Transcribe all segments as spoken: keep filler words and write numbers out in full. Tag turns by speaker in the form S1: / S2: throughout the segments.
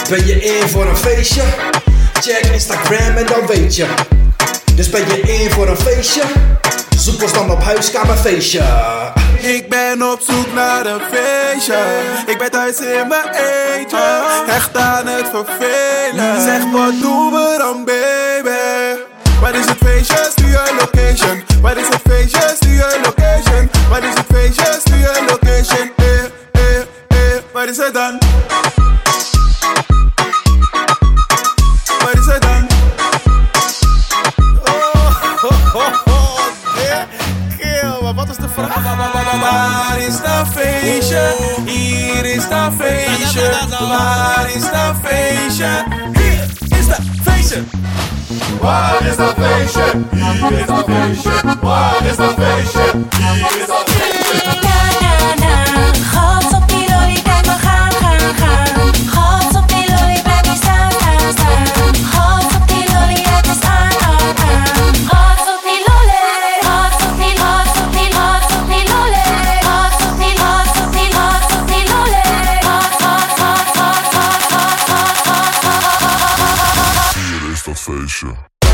S1: Ben je in voor een feestje? Check Instagram en dan weet je. Dus ben je in voor een feestje? Zoek ons dan op huiskamerfeestje.
S2: Ik ben op zoek naar een feestje. Ik ben thuis in mijn eentje, echt aan het vervelen. Zeg wat doen we dan, baby? Waar is het feestje? Stuur je location. Waar is het feestje? Stuur je location. Waar is het feestje? Stuur je location. Eh, eh, eh, waar is het dan? Waar is het dan? Oh, oh, oh, oh, yeah. Kill, maar wat is de vraag? Waar is dat feestje? Hier is dat feestje. Waar is dat feestje? Hier is dat feestje.
S3: Waar is dat feestje? Hier is dat feestje. Waar is dat feestje? Hier is dat feestje.
S4: Na, na, na. Gas op die lolly, kijk we gaan, gaan, gaan. Gas op die lolly, blijf niet staan, staan, staan. Gas op die lolly, het is aan, aan, aan. Gas op die lolly. Gas op die, gas op die, gas op die lolly. Gas op die, gas op die, gas op die lolly. Gas, gas, gas, gas, gas, gas, gas, gas.
S5: Hier is dat feestje.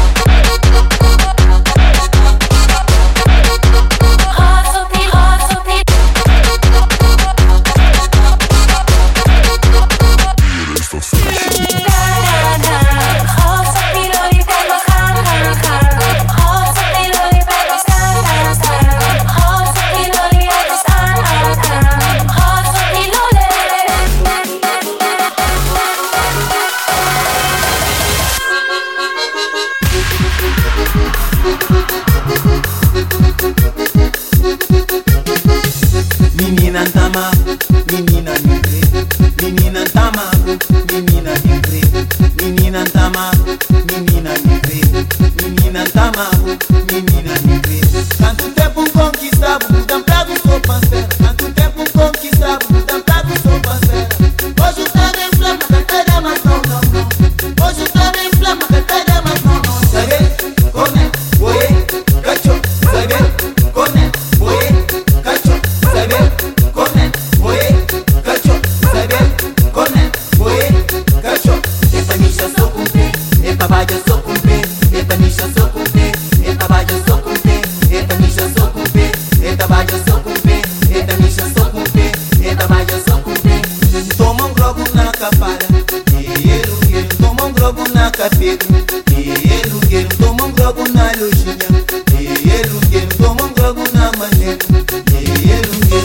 S6: Menina tama, menina negre. Menina tama, menina negre. Menina tama, menina negre. Menina tama, menina negre. Quanto tempo conquistava, mudam pra do seu parceiro. Quanto tempo conquistava, mudam pra do seu parceiro. Hoje tá bem flama, cantando mas não, não, não. Hoje tá bem flama, cantando mas não, não. Sabe? Cone, oye, cacho. Sabe? Cone, oye, cacho. Sabe? Cone, oye, cacho. Sabe? Cone, oye, cacho. Epa nisha sou com pé, epa vaja sou com pé. Epa nisha sou com pé, epa vaja sou com pé. Epa nisha sou com pé, epa vaja sou com pé. Epa nisha sou com pé, epa vaja sou com pé. Toma um globo na capara, guerreiro, guerreiro. Toma um globo na capeta, guerreiro, guerreiro. Toma um globo na lojinha, guerreiro, guerreiro. Toma um globo na maneira, guerreiro, guerreiro.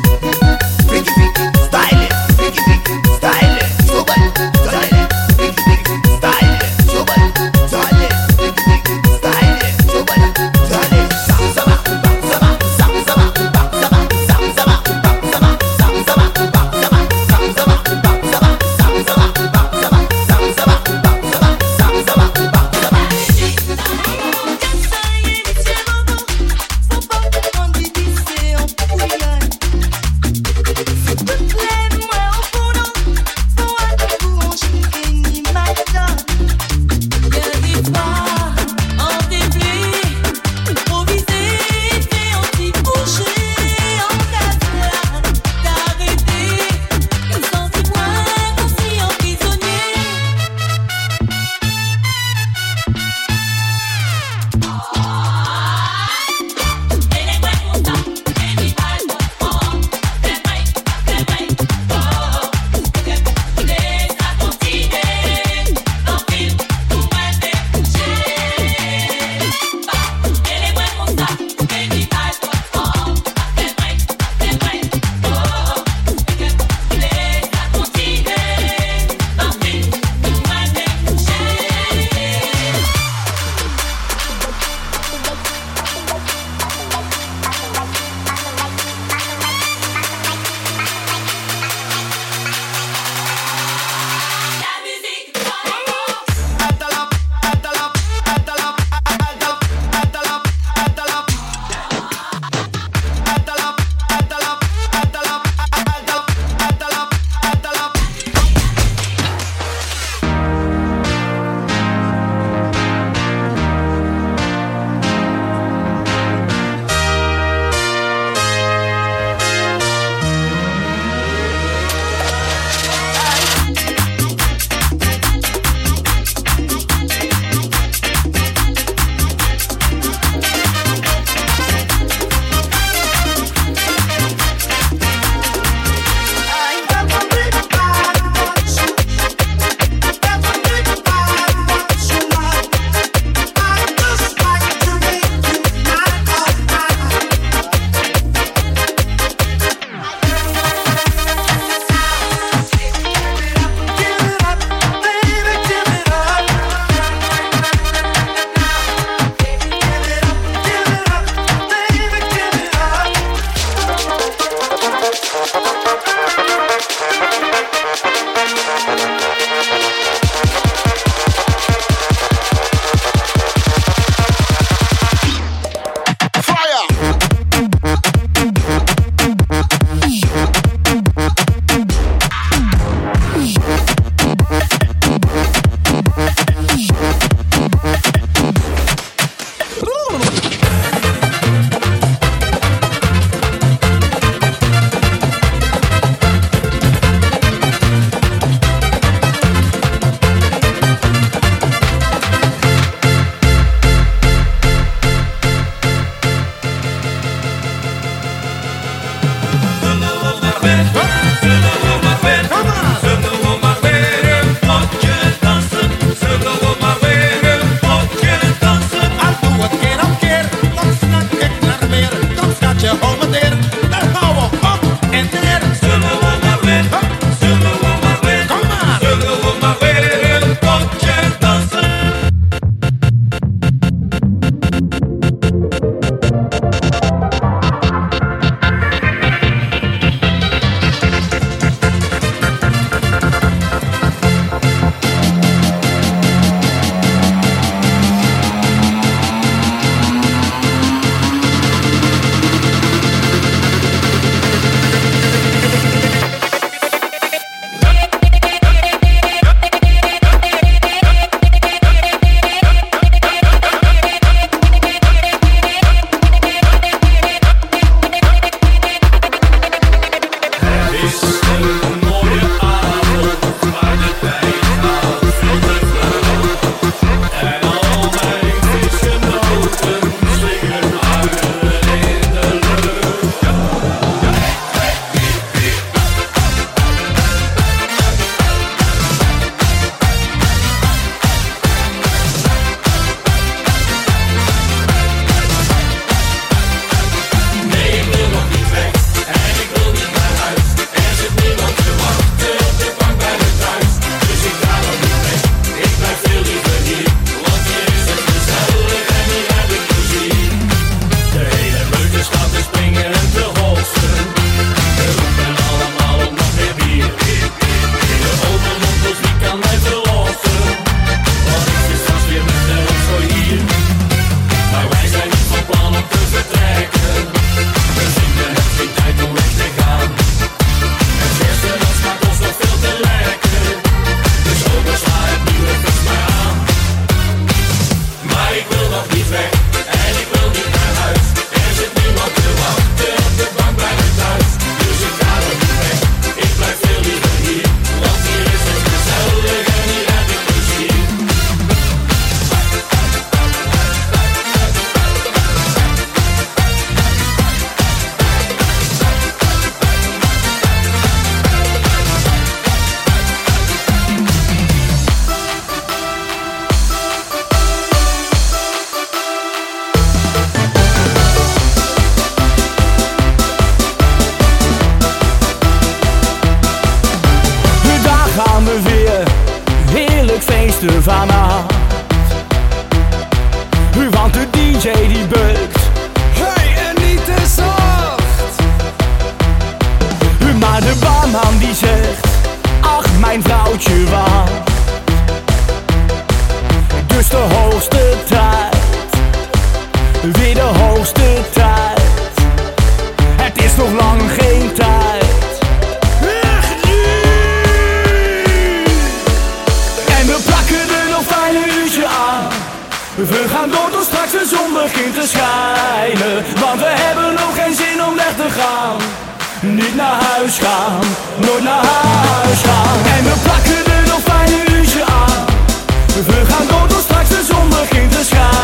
S6: Freaky, freaky, style, freaky, freaky, style, suba, style, freaky, freaky, style, suba, style, freaky, freaky, style, suba, style. Sam sama, bang sama, sam sama, bang sama, sam sama, bang sama, sam sama, bang sama, sam sama, bang sama, sam sama, bang sama, sam sama, bang sama, sam sama, bang sama.
S4: Essa iniciativa, só para onde dizer
S5: weer, zullen we maar weer, zullen we maar weer een potje dansen, zullen we maar weer een potje dansen.
S7: Al doe het keer op keer, dan snak ik naar meer. Dan staat je hou me neer, daar gaan we op en neer.
S5: Zullen we maar weer, zullen we maar weer,
S7: Kom maar.
S5: zullen we maar weer een potje dansen.
S8: feesten vannacht. Want de D J die bukt, hey, en niet te zacht. Maar de barman die zegt, ach mijn vrouwtje wacht. Dus de hoogste tijd, weer de hoogste tijd. Het is nog lang geen tijd. Echt niet. En we plakken er nog vijf uurtje aan. We gaan door tot straks de zon begint te schijnen. Want we hebben nog geen zin om weg te gaan. Niet naar huis gaan, nooit naar huis gaan. En we plakken er nog vijf uurtje aan. We gaan door tot straks de zon begint te schijnen.